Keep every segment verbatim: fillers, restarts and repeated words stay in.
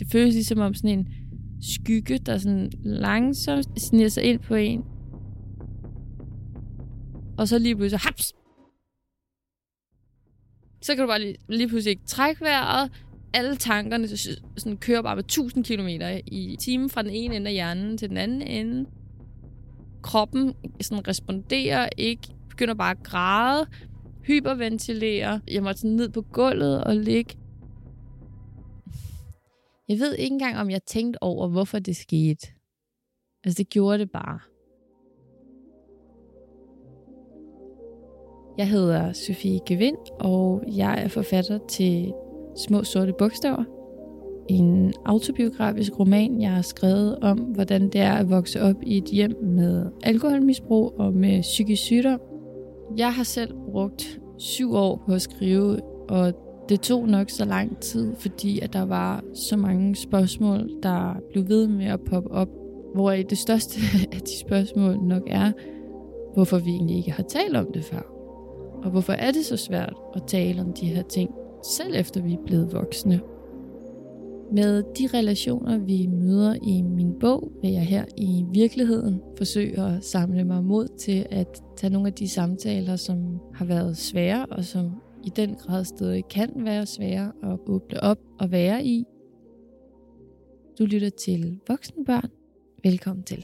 det føles ligesom om sådan en skygge, der sådan langsomt sniger sig ind på en. Og så lige pludselig, haps! Så kan du bare lige, lige pludselig ikke trække vejret. Alle tankerne sådan, kører bare med tusind kilometer i timen fra den ene ende af hjernen til den anden ende. Kroppen sådan, responderer ikke, begynder bare at græde, hyperventilere. Jeg måtte sådan ned på gulvet og ligge. Jeg ved ikke engang, om jeg tænkte over, hvorfor det skete. Altså, det gjorde det bare. Jeg hedder Sofie Gevind, og jeg er forfatter til Små Sorte Bogstaver. En autobiografisk roman, jeg har skrevet om, hvordan det er at vokse op i et hjem med alkoholmisbrug og med psykisk sygdom. Jeg har selv brugt syv år på at skrive, og det tog nok så lang tid, fordi at der var så mange spørgsmål, der blev ved med at poppe op, hvor det største af de spørgsmål nok er, hvorfor vi egentlig ikke har talt om det før. Og hvorfor er det så svært at tale om de her ting, selv efter vi er blevet voksne. Med de relationer, vi møder i min bog, vil jeg her i virkeligheden forsøge at samle mig mod til at tage nogle af de samtaler, som har været svære, og som i den grad stadig kan være svære at åbne op og være i. Du lytter til Voksne Børn. Velkommen til.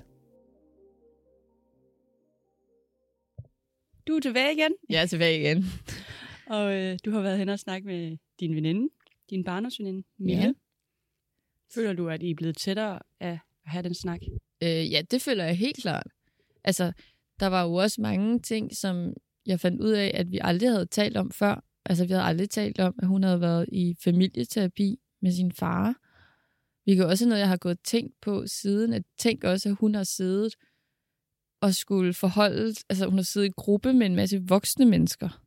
Du er tilbage igen. Jeg er tilbage igen. Og øh, du har været hen og snakket med din veninde, din barndomsveninde, Mille. Ja. Føler du, at I er blevet tættere af at have den snak? Øh, ja, det føler jeg helt klart. Altså, der var jo også mange ting, som jeg fandt ud af, at vi aldrig havde talt om før. Altså, vi havde aldrig talt om, at hun havde været i familieterapi med sin far. Vi kan også noget, jeg har gået tænkt på siden, at tænk også, at hun har siddet og skulle forholde, altså hun har siddet i gruppe med en masse voksne mennesker.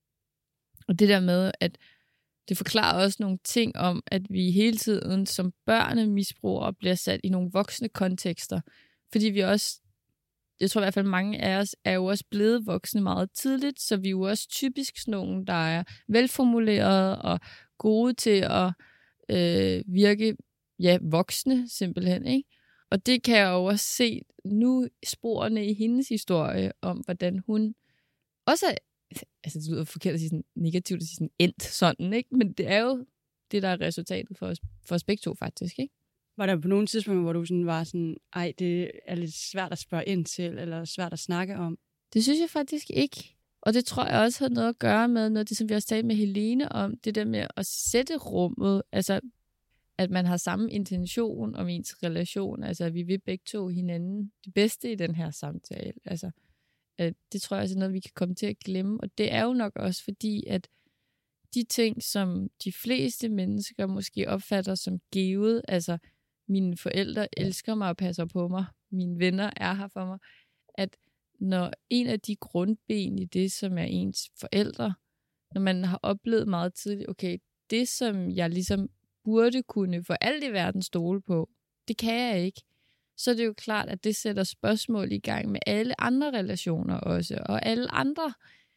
Og det der med, at det forklarer også nogle ting om, at vi hele tiden som børnemisbrugere bliver sat i nogle voksne kontekster. Fordi vi også, jeg tror i hvert fald mange af os, er jo også blevet voksne meget tidligt, så vi er jo også typisk sådan nogle, der er velformulerede og gode til at øh, virke ja, voksne simpelthen, ikke? Og det kan jeg jo også se nu sporene i hendes historie om, hvordan hun også er, altså det lyder forkert at sige sådan negativt, at sige sådan endt sådan, ikke? Men det er jo det, der er resultatet for os, for os begge to faktisk, ikke? Var der på nogle tidspunkter, hvor du sådan var sådan, ej, det er lidt svært at spørge ind til, eller svært at snakke om? Det synes jeg faktisk ikke. Og det tror jeg også har noget at gøre med noget af det, som vi har talt med Helene om, det der med at sætte rummet, altså at man har samme intention om ens relation, altså at vi vil begge to hinanden det bedste i den her samtale. Altså, at det tror jeg også er noget, vi kan komme til at glemme, og det er jo nok også fordi, at de ting, som de fleste mennesker måske opfatter som givet, altså mine forældre elsker mig og passer på mig, mine venner er her for mig, at når en af de grundben i det, som er ens forældre, når man har oplevet meget tidligt, okay, det som jeg ligesom burde kunne for alt i verden stole på, det kan jeg ikke. Så er det jo klart, at det sætter spørgsmål i gang med alle andre relationer også, og alle andre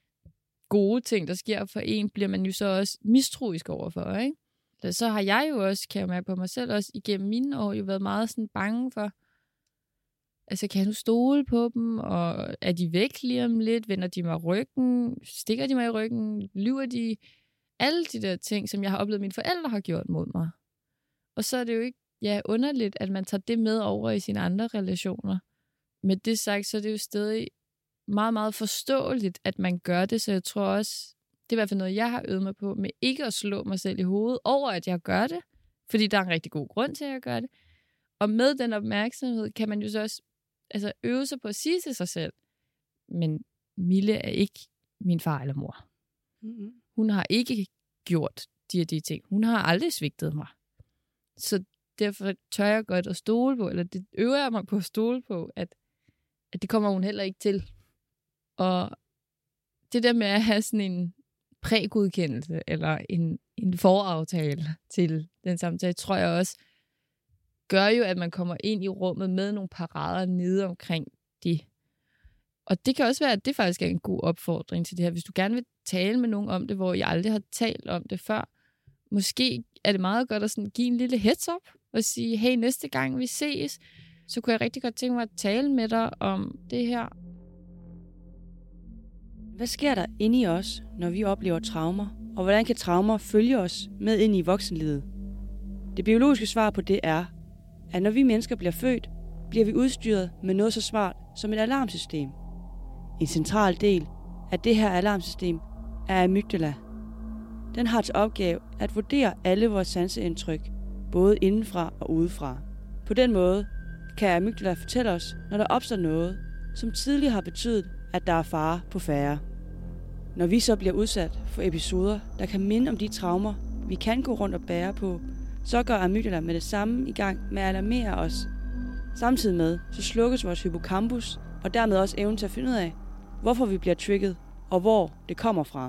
gode ting, der sker for en, bliver man jo så også mistroisk overfor, ikke? Så har jeg jo også, kan jeg mærke på mig selv, også igennem mine år jo været meget sådan bange for, altså kan jeg nu stole på dem, og er de væk lige om lidt, vender de mig ryggen, stikker de mig i ryggen, lyver de, alle de der ting, som jeg har oplevet, mine forældre har gjort mod mig. Og så er det jo ikke ja, underligt, at man tager det med over i sine andre relationer. Med det sagt, så er det jo stadig meget, meget forståeligt, at man gør det, så jeg tror også, det er i hvert fald noget, jeg har øvet mig på, med ikke at slå mig selv i hovedet over, at jeg gør det, fordi der er en rigtig god grund til, at jeg gør det. Og med den opmærksomhed, kan man jo så også altså, øve sig på at sige til sig selv, men Mille er ikke min far eller mor. Mm-hmm. Hun har ikke gjort de og de ting. Hun har aldrig svigtet mig. Så derfor tør jeg godt at stole på, eller det øver jeg mig på at stole på, at, at det kommer hun heller ikke til. Og det der med at have sådan en prægodkendelse, eller en, en foraftale til den samtale, tror jeg også, gør jo, at man kommer ind i rummet med nogle parader nede omkring det. Og det kan også være, at det faktisk er en god opfordring til det her. Hvis du gerne vil tale med nogen om det, hvor jeg aldrig har talt om det før, måske er det meget godt at sådan give en lille heads up og sige, hey, næste gang vi ses, så kunne jeg rigtig godt tænke mig at tale med dig om det her. Hvad sker der inde i os, når vi oplever traumer? Og hvordan kan traumer følge os med ind i voksenlivet? Det biologiske svar på det er, at når vi mennesker bliver født, bliver vi udstyret med noget så smart som et alarmsystem. En central del af det her alarmsystem er amygdala. Den har til opgave at vurdere alle vores sanseindtryk, både indenfra og udefra. På den måde kan amygdala fortælle os, når der opstår noget, som tidligere har betydet, at der er fare på færde. Når vi så bliver udsat for episoder, der kan minde om de traumer, vi kan gå rundt og bære på, så går amygdala med det samme i gang med at alarmere os. Samtidig med, så slukkes vores hippocampus, og dermed også evnen til at finde ud af, hvorfor vi bliver trigget, og hvor det kommer fra.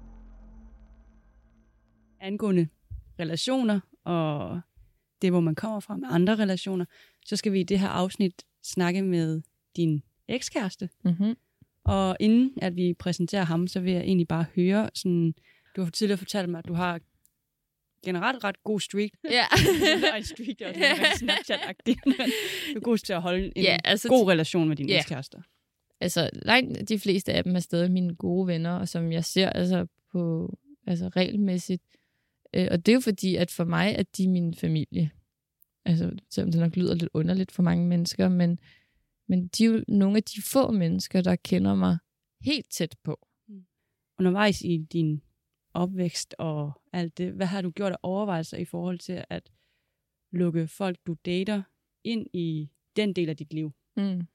Angående relationer, og det, hvor man kommer fra med andre relationer, så skal vi i det her afsnit snakke med din ekskæreste. Mm-hmm. Og inden at vi præsenterer ham, så vil jeg egentlig bare høre, sådan, du har tidligere fortalt mig, at du har generelt ret god streak. Ja. Og en streak, det er også yeah. Snapchat-agtigt. Du er god til at holde en yeah, altså, god relation med dine yeah. ekskærester. Altså, langt de fleste af dem er stadig mine gode venner, og som jeg ser altså, på altså, regelmæssigt. Øh, og det er jo fordi, at for mig er de min familie. Altså, selvom det nok lyder lidt underligt for mange mennesker, men, men de er jo nogle af de få mennesker, der kender mig helt tæt på. Undervejs i din opvækst og alt det, hvad har du gjort af overvejelser i forhold til at lukke folk, du dater, ind i den del af dit liv? Mm.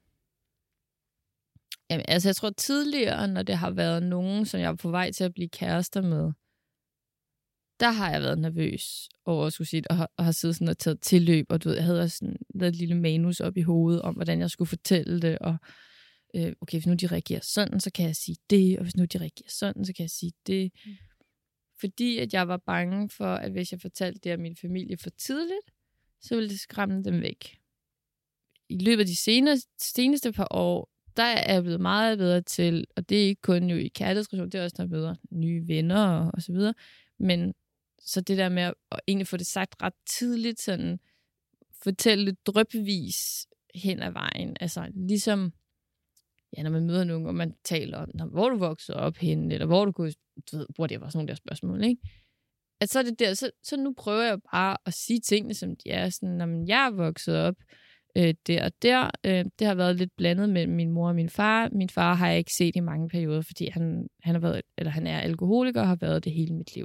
Jamen, altså jeg tror tidligere, når det har været nogen, som jeg var på vej til at blive kærester med, der har jeg været nervøs over at skulle sige det, og har, og har siddet sådan og taget tilløb, og du ved, jeg havde også sådan, lavet et lille manus op i hovedet om, hvordan jeg skulle fortælle det, og øh, okay, hvis nu de reagerer sådan, så kan jeg sige det, og hvis nu de reagerer sådan, så kan jeg sige det. Mm. Fordi at jeg var bange for, at hvis jeg fortalte det af min familie for tidligt, så ville det skræmme dem væk. I løbet af de seneste, seneste par år, der er jeg blevet meget bedre til, og det er ikke kun jo i kærlighedsrelation, det er også, når jeg møder nye venner og, og så videre, men så det der med at, at egentlig få det sagt ret tidligt, sådan fortælle lidt drypvis hen ad vejen, altså ligesom, ja, når man møder nogen, og man taler om, hvor du voksede op henne, eller hvor du kunne, du ved, hvor det var sådan nogle der spørgsmål, ikke? At så er det der, så, så nu prøver jeg bare at sige tingene, som de er, sådan, når jeg er vokset op, øh, der og der, øh, det har været lidt blandet mellem min mor og min far. Min far har jeg ikke set i mange perioder, fordi han, han, har været, eller han er alkoholiker og har været det hele mit liv.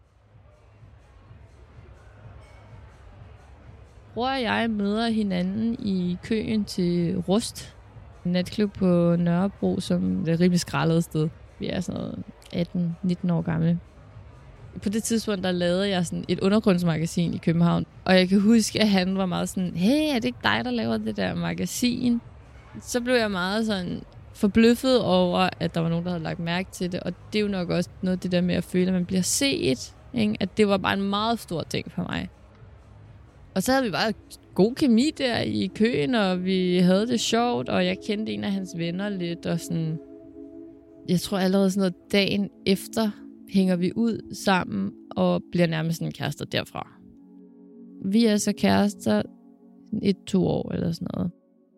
Bror og jeg møder hinanden i køen til Rust, en natklub på Nørrebro, som er et rimelig skrællet sted. Vi er sådan atten nitten år gamle. På det tidspunkt, der lavede jeg sådan et undergrundsmagasin i København. Og jeg kan huske, at han var meget sådan, hey, er det ikke dig, der laver det der magasin? Så blev jeg meget sådan forbløffet over, at der var nogen, der havde lagt mærke til det. Og det er jo nok også noget det der med at føle, at man bliver set. Ikke? At det var bare en meget stor ting for mig. Og så havde vi bare god kemi der i køen, og vi havde det sjovt, og jeg kendte en af hans venner lidt, og sådan, jeg tror allerede sådan noget dagen efter hænger vi ud sammen, og bliver nærmest sådan kærester derfra. Vi er så kærester et, to år eller sådan noget.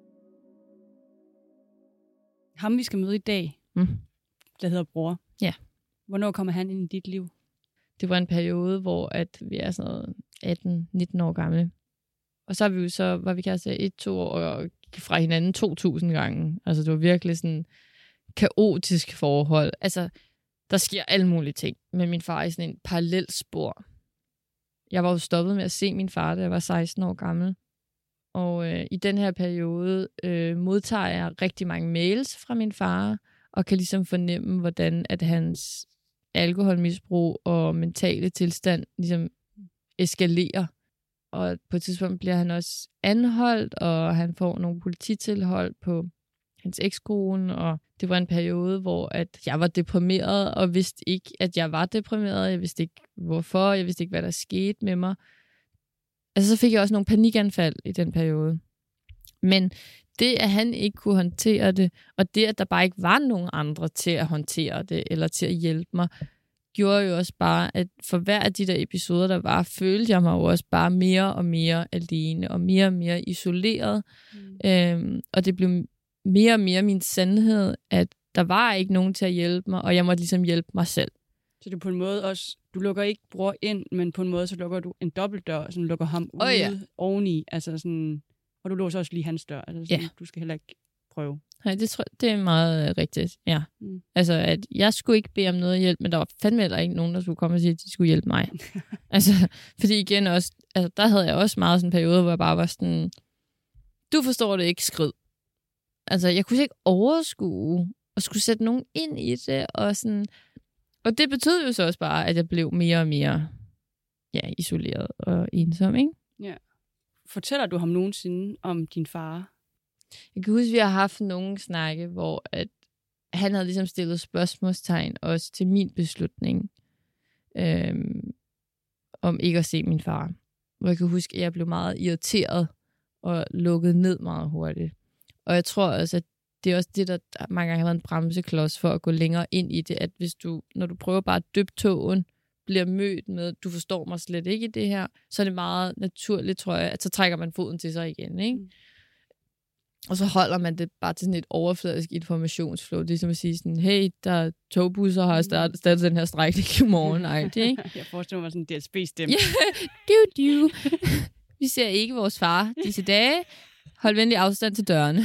Ham vi skal møde i dag, mm. der hedder Bror. Ja. Hvornår kommer han ind i dit liv? Det var en periode, hvor at vi er sådan noget atten nitten år gamle. Og så, er vi jo så var vi kærester et, to år og gik fra hinanden to tusind gange. Altså det var virkelig sådan kaotisk forhold. Altså der sker alle mulige ting med min far i sådan en parallel spor. Jeg var jo stoppet med at se min far, da jeg var seksten år gammel. Og øh, i den her periode øh, modtager jeg rigtig mange mails fra min far, og kan ligesom fornemme, hvordan at hans alkoholmisbrug og mentale tilstand ligesom eskalerer. Og på et tidspunkt bliver han også anholdt, og han får nogle polititilhold på hans ekskone, og det var en periode, hvor at jeg var deprimeret, og vidste ikke, at jeg var deprimeret. Jeg vidste ikke, hvorfor. Jeg vidste ikke, hvad der skete med mig. Altså, så fik jeg også nogle panikanfald i den periode. Men det, at han ikke kunne håndtere det, og det, at der bare ikke var nogen andre til at håndtere det, eller til at hjælpe mig, gjorde jo også bare, at for hver af de der episoder, der var, følte jeg mig jo også bare mere og mere alene, og mere og mere isoleret. Mm. Øhm, og det blev mere og mere min sandhed, at der var ikke nogen til at hjælpe mig, og jeg måtte ligesom hjælpe mig selv. Så du på en måde også, du lukker ikke bror ind, men på en måde så lukker du en dobbeltdør, så du lukker ham oh, ude ja. oveni, altså sådan, og du låser også lige hans dør, altså sådan, ja. Du skal heller ikke prøve. Nej, det tror det er meget øh, rigtigt, ja. Mm. Altså, at jeg skulle ikke bede om noget hjælp, men der var fandme heller ikke nogen, der skulle komme og sige, at de skulle hjælpe mig. altså, fordi igen også, altså, der havde jeg også meget sådan en periode, hvor jeg bare var sådan, du forstår det ikke, skrid. Altså, jeg kunne ikke overskue og skulle sætte nogen ind i det, og sådan, og det betød jo så også bare, at jeg blev mere og mere, ja, isoleret og ensom, ikke? Ja. Fortæller du ham nogensinde om din far? Jeg kan huske, at vi har haft nogle snakke, hvor at han havde ligesom stillet spørgsmålstegn også til min beslutning øhm, om ikke at se min far. Hvor jeg kan huske, at jeg blev meget irriteret og lukket ned meget hurtigt. Og jeg tror også, at det er også det, der mange gange har været en bremseklods for at gå længere ind i det, at hvis du, når du prøver bare at dyppe tågen, bliver mødt med, du forstår mig slet ikke i det her, så er det meget naturligt, tror jeg, at så trækker man foden til sig igen, ikke? Mm. Og så holder man det bare til sådan et overfladisk informationsflow. Det er som at sige sådan, hey, der er togbusser, har startet, startet den her strækning i morgen. Ej, det, ikke? Jeg forestiller mig sådan en D S B-stemme. du, du. Vi ser ikke vores far disse dage. Hold venlig afstand til dørene.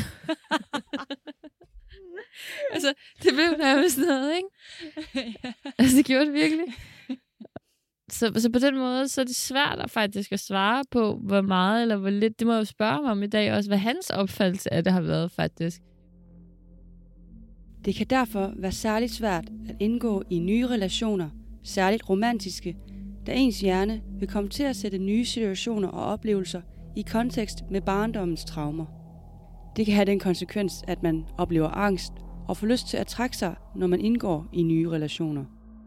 altså, det blev nærmest noget, ikke? Altså, det gjorde det virkelig. Så, så på den måde, så er det svært at faktisk at svare på, hvor meget eller hvor lidt. Det må jeg jo spørge mig om i dag også, hvad hans opfattelse af det har været faktisk. Det kan derfor være særligt svært at indgå i nye relationer, særligt romantiske, da ens hjerne vil komme til at sætte nye situationer og oplevelser i kontekst med barndommens traumer. Det kan have den konsekvens, at man oplever angst og får lyst til at trække sig, når man indgår i nye relationer.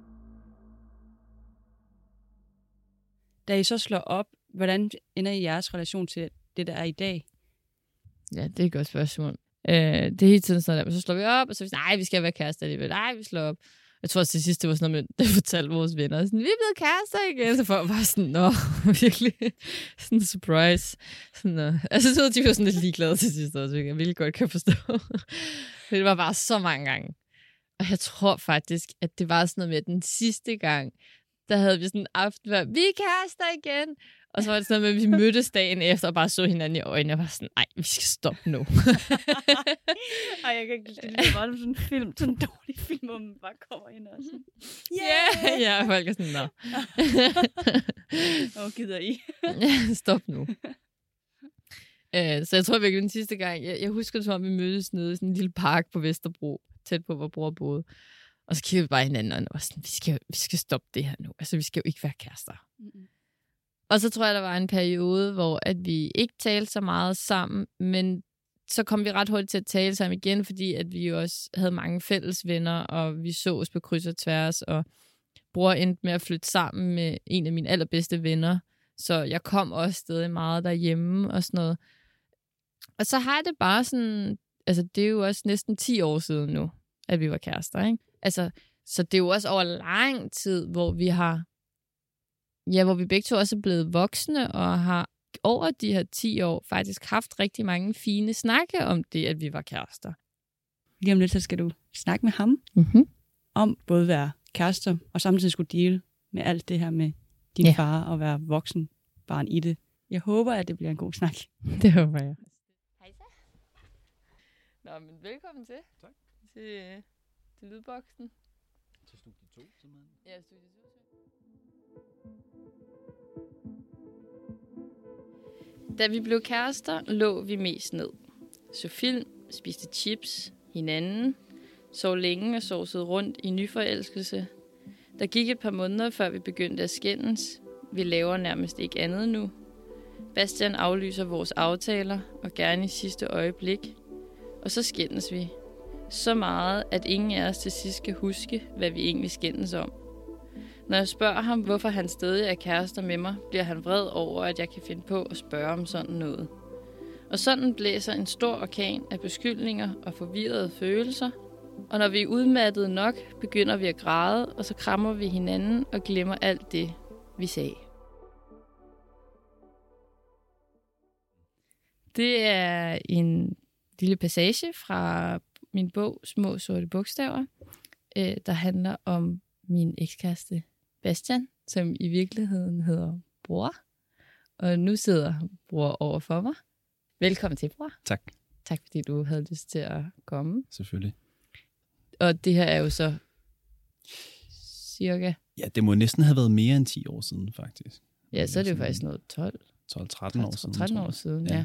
Da I så slår op, hvordan ender I jeres relation til det, der er i dag? Ja, det er et godt spørgsmål. Øh, det er hele tiden sådan, at så slår vi op, og så er vi sådan, nej, vi skal være kærester alligevel. Nej, vi slår op. Jeg tror også til sidst, det var sådan noget med, det fortalte vores venner. Sådan, vi er blevet kærester igen. Så folk var sådan, nå, virkelig. Sådan en surprise. Sådan, uh, altså, så de var sådan lidt ligeglade til sidst også, jeg virkelig godt kan forstå. Det var bare så mange gange. Og jeg tror faktisk, at det var sådan noget med, at den sidste gang, der havde vi sådan en aften, hvor vi er kærester igen. Og så var det sådan noget med, at vi mødtes dagen efter og bare så hinanden i øjnene. Og var sådan, nej, vi skal stoppe nu. Ej, jeg kan ikke lide det. Det var sådan en film, sådan en dårlig film, hvor man bare kommer ind og sådan, yeah! Ja, yeah, folk er sådan, nå. Nå, gider I? Stop nu. Uh, så jeg tror virkelig, den sidste gang, jeg, jeg husker det som om, vi mødtes nede i sådan en lille park på Vesterbro, tæt på, hvor bror boede. Og så kiggede vi bare hinanden, og var sådan, vi skal, vi skal stoppe det her nu. Altså, vi skal jo ikke være kærester. Mm-hmm. Og så tror jeg, der var en periode, hvor at vi ikke talte så meget sammen, men så kom vi ret hurtigt til at tale sammen igen, fordi at vi jo også havde mange fælles venner, og vi sås på kryds og tværs, og bror endte med at flytte sammen med en af mine allerbedste venner. Så jeg kom også stadig meget derhjemme og sådan noget. Og så har jeg det bare sådan, altså det er jo også næsten ti år siden nu, at vi var kærester, ikke? Altså, så det er jo også over lang tid, hvor vi har, ja, hvor vi begge to også er blevet voksne, og har over de her ti år faktisk haft rigtig mange fine snakke om det, at vi var kærester. Lige om lidt, så skal du snakke med ham, mm-hmm. om både at være kærester, og samtidig skulle deale med alt det her med din ja. far, og være voksen barn i det. Jeg håber, at det bliver en god snak. Det håber jeg. Hej så. Nå, men velkommen til. Tak. Til... til lydboksen. Til studie to, simpelthen. Ja, studie to. Da vi blev kærester, lå vi mest ned. Så film, spiste chips, hinanden, sov længe og sovsede rundt i nyforelskelse. Der gik et par måneder, før vi begyndte at skændes. Vi laver nærmest ikke andet nu. Bastian aflyser vores aftaler, og gerne i sidste øjeblik. Og så skændes vi. Så meget, at ingen af os til sidst skal huske, hvad vi egentlig skændes om. Når jeg spørger ham, hvorfor han stadig er kærester med mig, bliver han vred over, at jeg kan finde på at spørge om sådan noget. Og sådan blæser en stor orkan af beskyldninger og forvirrede følelser Og når vi er udmattede nok, begynder vi at græde, og så krammer vi hinanden og glemmer alt det, vi sagde. Det er en lille passage fra min bog Små sorte bogstaver, øh, der handler om min ekskæreste Bastian, som i virkeligheden hedder Bror. Og nu sidder Bror over for mig. Velkommen til, Bror. Tak. Tak, fordi du havde lyst til at komme. Selvfølgelig. Og det her er jo så cirka... Ja, det må næsten have været mere end ti år siden, faktisk. Ja, så er det jo faktisk noget tolv. tolv tretten år siden. tretten år siden, ja. ja.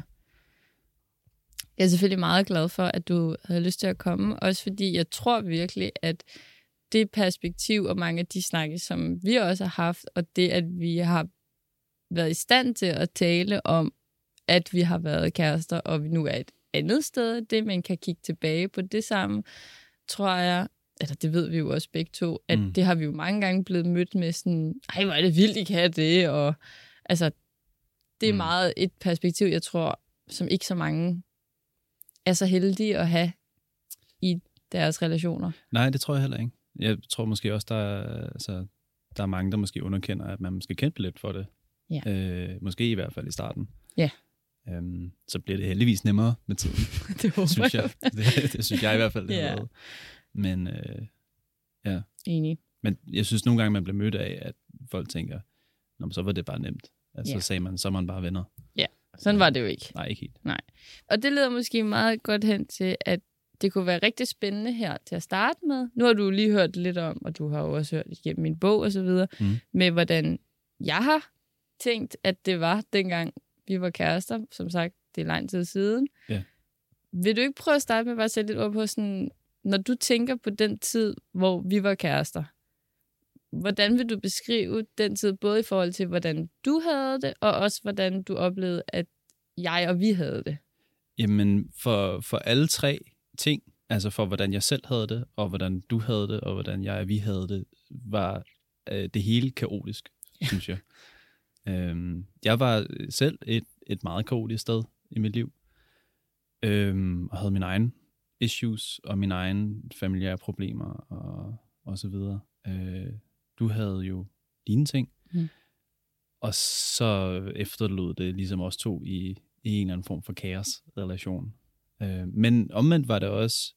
Jeg er selvfølgelig meget glad for, at du havde lyst til at komme, også fordi jeg tror virkelig, at det perspektiv og mange af de snakke, som vi også har haft, og det, at vi har været i stand til at tale om, at vi har været kærester, og vi nu er et andet sted, det man kan kigge tilbage på det samme, tror jeg, eller det ved vi jo også begge to, at mm. det har vi jo mange gange blevet mødt med sådan, ej, hvor er det vildt, I kan have det, og altså, det er mm. meget et perspektiv, jeg tror, som ikke så mange er så heldige at have i deres relationer. Nej, det tror jeg heller ikke. Jeg tror måske også, der er, altså, der er mange, der måske underkender, at man måske kæmpe lidt for det. Ja. Øh, måske i hvert fald i starten. Ja. Øhm, så bliver det heldigvis nemmere med tiden. Det håber synes jeg. jeg. Det, det synes jeg i hvert fald, det Ja. har været. Men øh, ja. Enig. Men jeg synes nogle gange, man bliver mødt af, at folk tænker, nå, men så var det bare nemt. Altså, Ja. så sagde man, så er man bare venner. Ja, sådan var det jo ikke. Nej, ikke helt. Nej. Og det leder måske meget godt hen til, at det kunne være rigtig spændende her til at starte med. Nu har du lige hørt lidt om, og du har jo også hørt igennem min bog og så videre, Mm. med hvordan jeg har tænkt, at det var dengang vi var kærester. Som sagt, det er lang tid siden. Ja. Vil du ikke prøve at starte med bare at sætte lidt ord på sådan, når du tænker på den tid, hvor vi var kærester, hvordan vil du beskrive den tid, både i forhold til, hvordan du havde det, og også hvordan du oplevede, at jeg og vi havde det? Jamen, for, for alle tre ting, altså for hvordan jeg selv havde det, og hvordan du havde det, og hvordan jeg og vi havde det, var øh, det hele kaotisk, ja. synes jeg. øhm, jeg var selv et, et meget kaotisk sted i mit liv, øhm, og havde mine egne issues, og mine egne familiære problemer, og, og så videre. Øh, du havde jo dine ting, mm. og så efterlod det ligesom os to i, i en eller anden form for kaosrelation. Øh, men omvendt var det også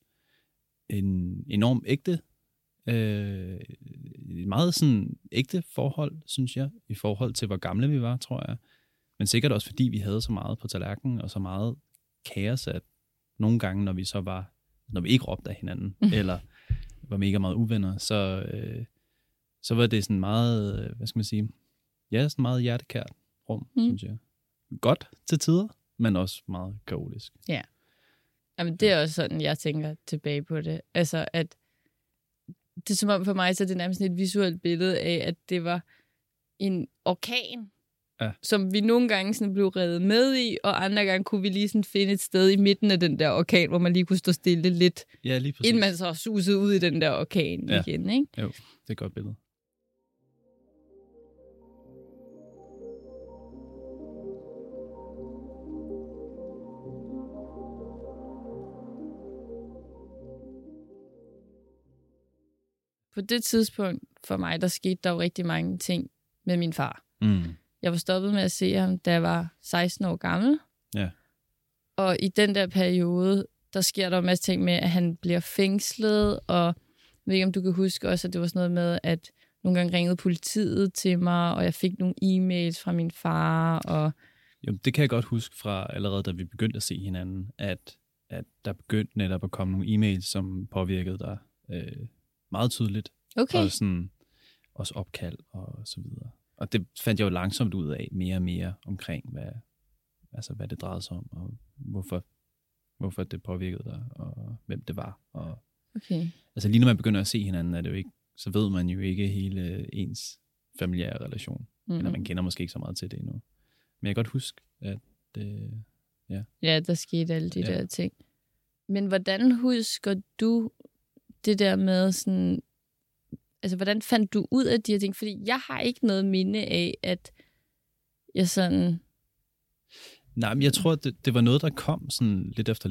en enorm ægte, øh, meget sådan ægte forhold, synes jeg, i forhold til hvor gamle vi var, tror jeg. Men sikkert også fordi vi havde så meget på tallerkenen, og så meget kaos, at nogle gange, når vi så var, når vi ikke råbte af hinanden, mm. eller var mega meget uvenner, så, øh, så var det sådan meget, hvad skal man sige, ja, sådan meget hjertekært rum, mm. synes jeg. Godt til tider, men også meget kaotisk. Ja. Jamen, det er også sådan, jeg tænker tilbage på det. Altså, at det er som om for mig, så er det nærmest et visuelt billede af, at det var en orkan, ja. som vi nogle gange sådan blev revet med i, og andre gange kunne vi lige sådan finde et sted i midten af den der orkan, hvor man lige kunne stå stille lidt, ja, lige præcis. inden man så susede ud i den der orkan ja. igen, ikke? Jo, det er et godt billede. På det tidspunkt for mig, der skete der jo rigtig mange ting med min far. Mm. Jeg var stoppet med at se ham, da jeg var seksten år gammel. Ja. Og i den der periode, der sker der en masse ting med, at han bliver fængslet, og jeg ved ikke, om du kan huske også, at det var sådan noget med, at nogle gange ringede politiet til mig, og jeg fik nogle e-mails fra min far. Og jo, det kan jeg godt huske fra allerede, da vi begyndte at se hinanden, at, at der begyndte netop at komme nogle e-mails, som påvirkede dig øh, meget tydeligt. Okay. Og sådan også opkald og så videre. Og det fandt jeg jo langsomt ud af mere og mere omkring, hvad, altså, hvad det drejede sig om, og hvorfor, hvorfor det påvirkede dig, og hvem det var. Og, okay. Altså lige når man begynder at se hinanden, er det jo ikke, så ved man jo ikke hele ens familiære relation. Mm-hmm. Eller man kender måske ikke så meget til det endnu. Men jeg kan godt huske, at det, ja. Ja, der skete alle de ja. der ting. Men hvordan husker du det der med sådan, altså hvordan fandt du ud af de her ting? Fordi jeg har ikke noget minde af, at jeg sådan... Nej, men jeg tror, det, det var noget, der kom sådan lidt efter lidt.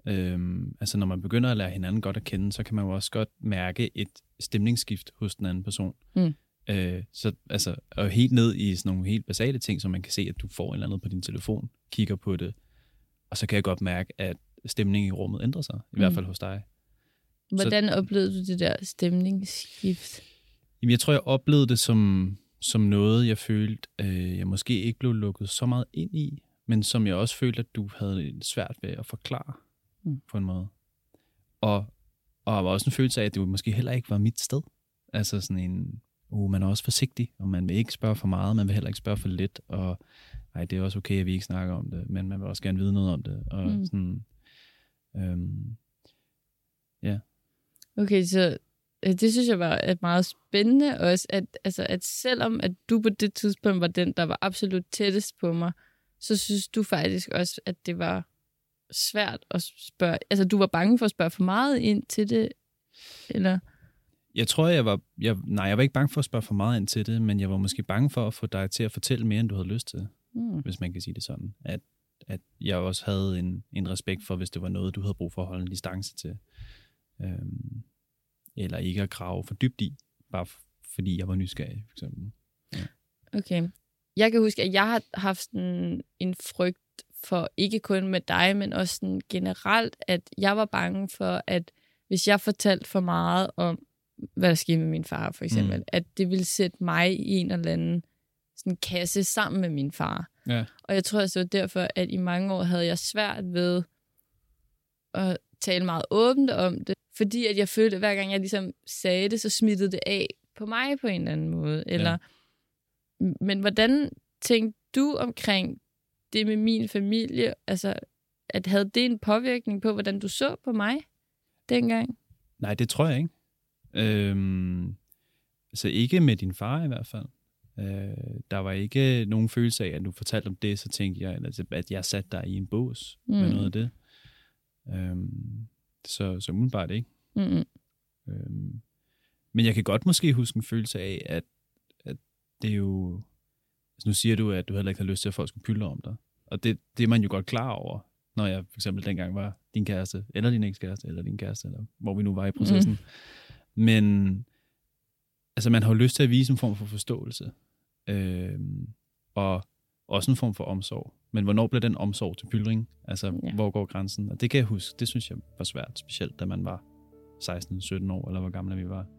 Øhm, altså når man begynder at lære hinanden godt at kende, så kan man jo også godt mærke et stemningsskift hos den anden person. Mm. Øh, så altså, og helt ned i sådan nogle helt basale ting, som man kan se, at du får en eller andet på din telefon, kigger på det, og så kan jeg godt mærke, at stemningen i rummet ændrer sig, i mm. hvert fald hos dig. Hvordan så, oplevede du det der stemningsskift? Jamen, jeg tror, jeg oplevede det som, som noget, jeg følte, øh, jeg måske ikke blev lukket så meget ind i, men som jeg også følte, at du havde svært ved at forklare mm. på en måde. Og, og der var også en følelse af, at det måske heller ikke var mit sted. Altså sådan en, uh, man er også forsigtig, og man vil ikke spørge for meget, man vil heller ikke spørge for lidt, og ej, det er også okay, at vi ikke snakker om det, men man vil også gerne vide noget om det. Og mm. sådan, øhm, ja. Okay, så det synes jeg var meget spændende også, at, altså, at selvom at du på det tidspunkt var den, der var absolut tættest på mig, så synes du faktisk også, at det var svært at spørge. Altså, du var bange for at spørge for meget ind til det, eller? Jeg tror, jeg var... Jeg, nej, jeg var ikke bange for at spørge for meget ind til det, men jeg var måske bange for at få dig til at fortælle mere, end du havde lyst til, mm. hvis man kan sige det sådan. At, at jeg også havde en, en respekt for, hvis det var noget, du havde brug for at holde en distance til. Øhm, eller ikke at grave for dybt i, bare fordi jeg var nysgerrig, for eksempel. Ja. Okay. Jeg kan huske, at jeg har haft sådan en frygt for, ikke kun med dig, men også sådan generelt, at jeg var bange for, at hvis jeg fortalte for meget om, hvad der skete med min far, for eksempel, mm. at det ville sætte mig i en eller anden sådan kasse sammen med min far. Ja. Og jeg tror også, det var derfor, at i mange år havde jeg svært ved at tale meget åbent om det, fordi at jeg følte, at hver gang jeg ligesom sagde det, så smittede det af på mig på en eller anden måde. Eller, ja. Men hvordan tænkte du omkring det med min familie? Altså, at havde det en påvirkning på, hvordan du så på mig dengang? Nej, det tror jeg ikke. Øhm, altså ikke med din far i hvert fald. Øh, der var ikke nogen følelse af, at du fortalte om det, så tænkte jeg, at jeg satte dig i en bås mm. med noget af det. Øhm, så, så umiddelbart ikke. Mm-hmm. Øhm, men jeg kan godt måske huske en følelse af, at, at det er jo... Altså nu siger du, at du heller ikke har lyst til, at folk skulle pylde om dig. Og det, det er man jo godt klar over, når jeg for eksempel dengang var din kæreste, eller din ekskæreste, eller din kæreste, eller hvor vi nu var i processen. Mm. Men altså, man har jo lyst til at vise en form for forståelse. Øhm, og også en form for omsorg. Men hvornår bliver den omsorg til pyldring? Altså, ja. Hvor går grænsen? Og det kan jeg huske, det synes jeg var svært, specielt da man var seksten sytten år, eller hvor gamle vi var.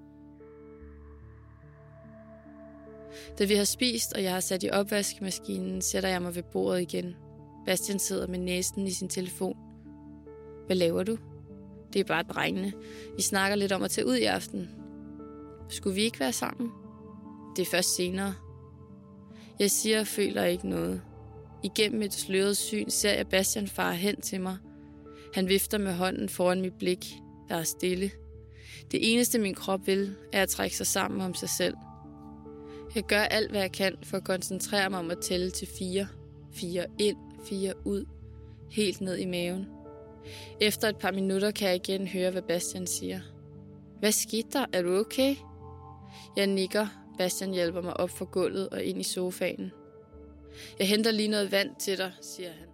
Da vi har spist, og jeg har sat i opvaskemaskinen, sætter jeg mig ved bordet igen. Bastian sidder med næsen i sin telefon. Hvad laver du? Det er bare drengene. Vi snakker lidt om at tage ud i aften. Skulle vi ikke være sammen? Det er først senere. Jeg siger og føler ikke noget. Igennem et sløret syn ser jeg Bastian fare hen til mig. Han vifter med hånden foran mit blik. Der er stille. Det eneste min krop vil, er at trække sig sammen om sig selv. Jeg gør alt, hvad jeg kan for at koncentrere mig om at tælle til fire. Fire ind, fire ud. Helt ned i maven. Efter et par minutter kan jeg igen høre, hvad Bastian siger. Hvad skete der? Er du okay? Jeg nikker. Bastian hjælper mig op fra gulvet og ind i sofaen. Jeg henter lige noget vand til dig, siger han.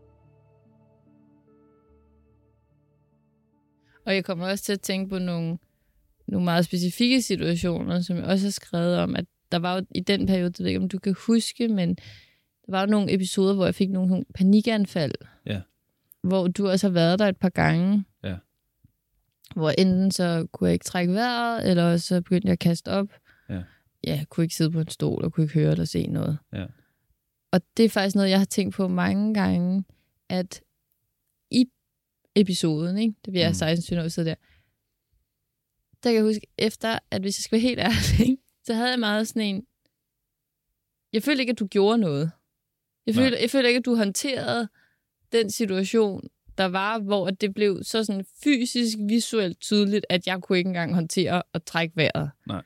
Og jeg kommer også til at tænke på nogle, nogle meget specifikke situationer, som jeg også har skrevet om, at der var jo i den periode, jeg ved ikke, om du kan huske, men der var jo nogle episoder, hvor jeg fik nogle panikanfald. Ja. Hvor du også har været der et par gange. Ja. Hvor enten så kunne jeg ikke trække vejret, eller så begyndte jeg at kaste op. Ja. Ja, jeg kunne ikke sidde på en stol, og kunne ikke høre eller se noget. Ja. Og det er faktisk noget, jeg har tænkt på mange gange, at i episoden, ikke, da vi er mm. seksten sytten år sidder der, der kan jeg huske, efter, at hvis jeg skal være helt ærlig, så havde jeg meget sådan en, jeg følte ikke, at du gjorde noget. Jeg følte, jeg følte ikke, at du håndterede den situation, der var, hvor det blev så sådan fysisk, visuelt tydeligt, at jeg kunne ikke engang håndtere at trække vejret. Nej.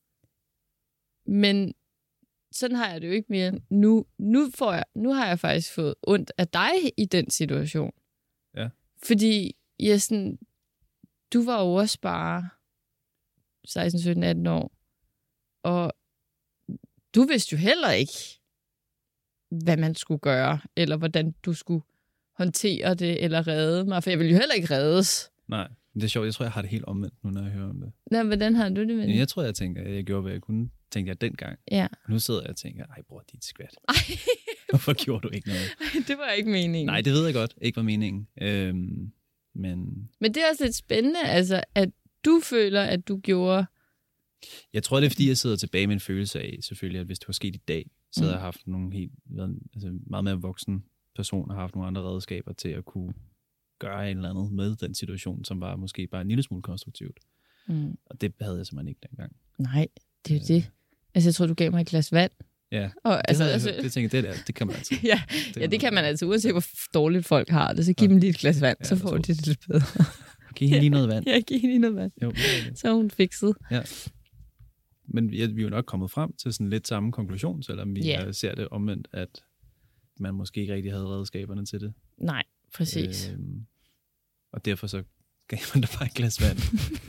Men sådan har jeg det jo ikke mere. Nu, nu, får jeg, nu har jeg faktisk fået ondt af dig i den situation. Ja. Fordi jeg sådan, du var jo også bare seksten sytten atten år, og du vidste jo heller ikke, hvad man skulle gøre, eller hvordan du skulle håndtere det eller redde mig, for jeg vil jo heller ikke reddes. Nej, det er sjovt. Jeg tror, jeg har det helt omvendt nu, når jeg hører om det. Nå, hvordan har du det med det? Jeg tror, jeg tænker, at jeg gjorde, hvad jeg kunne, tænkte jeg dengang. Ja. Nu sidder jeg og tænker, ej bror, dit skvat. Ej. Hvorfor gjorde du ikke noget? Ej, det var ikke meningen. Nej, det ved jeg godt. Ikke var meningen. Øhm, men... men det er også lidt spændende, altså, at du føler, at du gjorde... Jeg tror, det er, fordi jeg sidder tilbage med en følelse af, selvfølgelig, at hvis det var sket i dag, så havde Mm. jeg haft nogle helt, altså meget mere voksen person, og haft nogle andre redskaber til at kunne gøre en eller andet med den situation, som var måske bare en lille smule konstruktivt. Mm. Og det havde jeg simpelthen ikke dengang. Nej, det er jo det. Altså, jeg tror, du gav mig et glas vand. Ja, Og, det, altså, havde jeg, altså, hørt. det tænker jeg, det, der, det kan man altså. ja, ja, det kan man altså, uanset hvor dårligt folk har det, så giv dem lige et glas vand, Ja, så jeg får tror- de det lidt bedre. Giv hende lige noget vand. Ja, giv hende lige noget vand. Jo, det er det. Så er hun fikset. Ja. Men ja, vi er jo nok kommet frem til sådan lidt samme konklusion, selvom vi Ja. yeah. ser det omvendt, at man måske ikke rigtig havde redskaberne til det. Nej, præcis. Øhm, og derfor så gav man da bare et glas vand.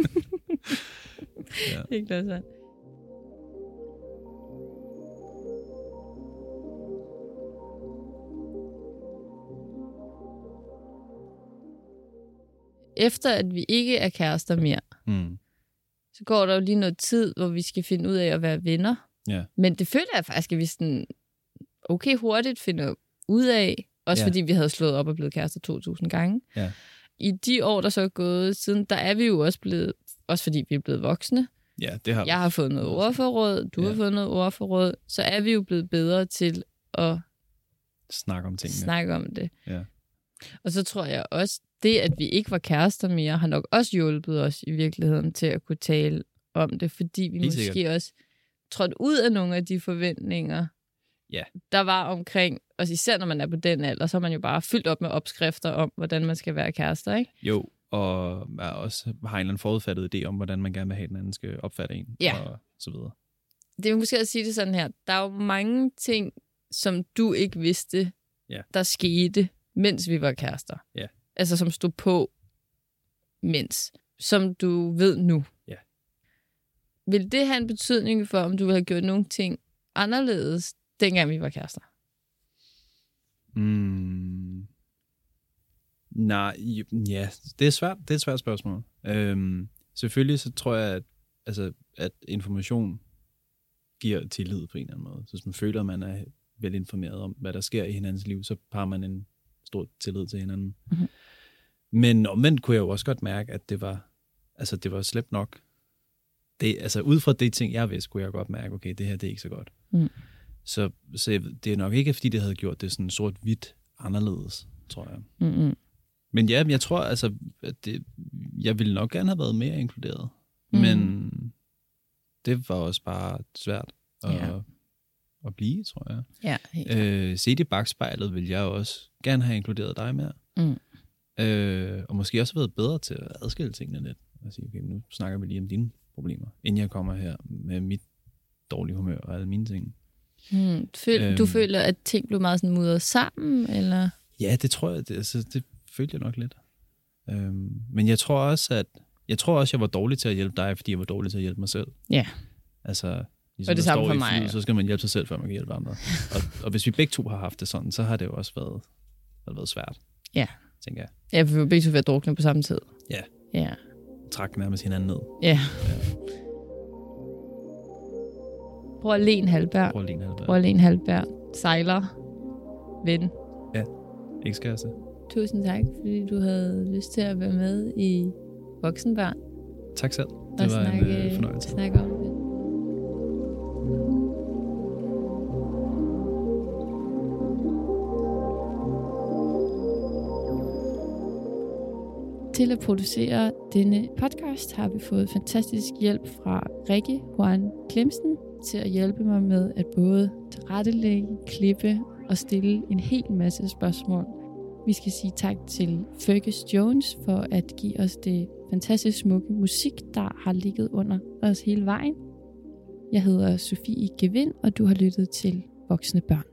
Ja. Et glas vand. Efter at vi ikke er kærester mere, Mm. så går der jo lige noget tid, hvor vi skal finde ud af at være venner. Ja. Men det føler jeg faktisk, at vi sådan okay hurtigt finder ud af, også Ja. fordi vi havde slået op og blevet kærester to tusind gange. Ja. I de år, der så er gået siden, der er vi jo også blevet, også fordi vi er blevet voksne. Ja, det har Jeg har fået noget ordforråd, du Ja. har fået noget ordforråd, så er vi jo blevet bedre til at Snak om tingene. snakke om det. Ja. Og så tror jeg også, det at vi ikke var kærester mere, har nok også hjulpet os i virkeligheden til at kunne tale om det, fordi vi Helt måske sikkert. også trådte ud af nogle af de forventninger, Ja. der var omkring, og især når man er på den alder, så er man jo bare fyldt op med opskrifter om, hvordan man skal være kærester, ikke? Jo, og er også har en eller anden forudfattet idé om, hvordan man gerne vil have, at den anden skal opfatte en, Ja. og så videre. Det er måske at sige det sådan her, der er jo mange ting, som du ikke vidste, Ja. der skete, mens vi var kærester. Ja. Altså som stod på, mens, som du ved nu. Ja. Vil det have en betydning for, om du ville have gjort nogle ting anderledes, dengang vi var kærester? Mm. Nej, ja, det er svært. Det er et svært spørgsmål. Øhm, selvfølgelig så tror jeg, at, altså, at information giver tillid på en eller anden måde. Så hvis man føler, at man er velinformeret om, hvad der sker i hinandens liv, så har man en stor tillid til hinanden. Mhm. Men omvendt kunne jeg jo også godt mærke, at det var, altså, det var slemt nok. Det, altså ud fra de ting, jeg vidste, kunne jeg godt mærke, okay, det her det er ikke så godt. Mm. Så, så jeg, det er nok ikke, fordi det havde gjort det sådan sort-hvidt anderledes, tror jeg. Mm-hmm. Men ja, jeg tror, altså, at det, jeg ville nok gerne have været mere inkluderet. Mm. Men det var også bare svært at, Ja. at blive, tror jeg. Ja, helt Øh, set i bagspejlet ville jeg også gerne have inkluderet dig mere. Mm. Øh, og måske også været bedre til at adskille tingene lidt. Og sige, okay, nu snakker vi lige om dine problemer, inden jeg kommer her med mit dårlige humør og alle mine ting. Mm. Føl, Øhm. du føler, at ting blev meget sådan mudret sammen, eller? Ja, det tror jeg. Det, altså, det følte jeg nok lidt. Øhm, men jeg tror også, at jeg tror også, jeg var dårlig til at hjælpe dig, fordi jeg var dårlig til at hjælpe mig selv. Ja. Altså, ligesom Og det der samme står for i mig, flyet, ja. så skal man hjælpe sig selv, før man kan hjælpe andre. og, og hvis vi begge to har haft det sådan, så har det jo også været, været, været svært. Ja. Tænker jeg. Ja, for vi var begge to ved at drukne på samme tid. Ja. Ja. Træk nærmest hinanden ned. Ja. Bror Len Halberg. Prøv lige en halv Bror Len Halberg. Sejler. Ven. Ekskæreste. Tusind tak, fordi du havde lyst til at være med i Voksenbørn. Tak selv. Og Det var snakke, en øh, fornøjelse. snakke om det. Til at producere denne podcast har vi fået fantastisk hjælp fra Rikke Juan Klemsen til at hjælpe mig med at både tilrettelægge, klippe og stille en hel masse spørgsmål. Vi skal sige tak til Fergus Jones for at give os det fantastisk smukke musik, der har ligget under os hele vejen. Jeg hedder Sofie Gevind, og du har lyttet til Voksne Børn.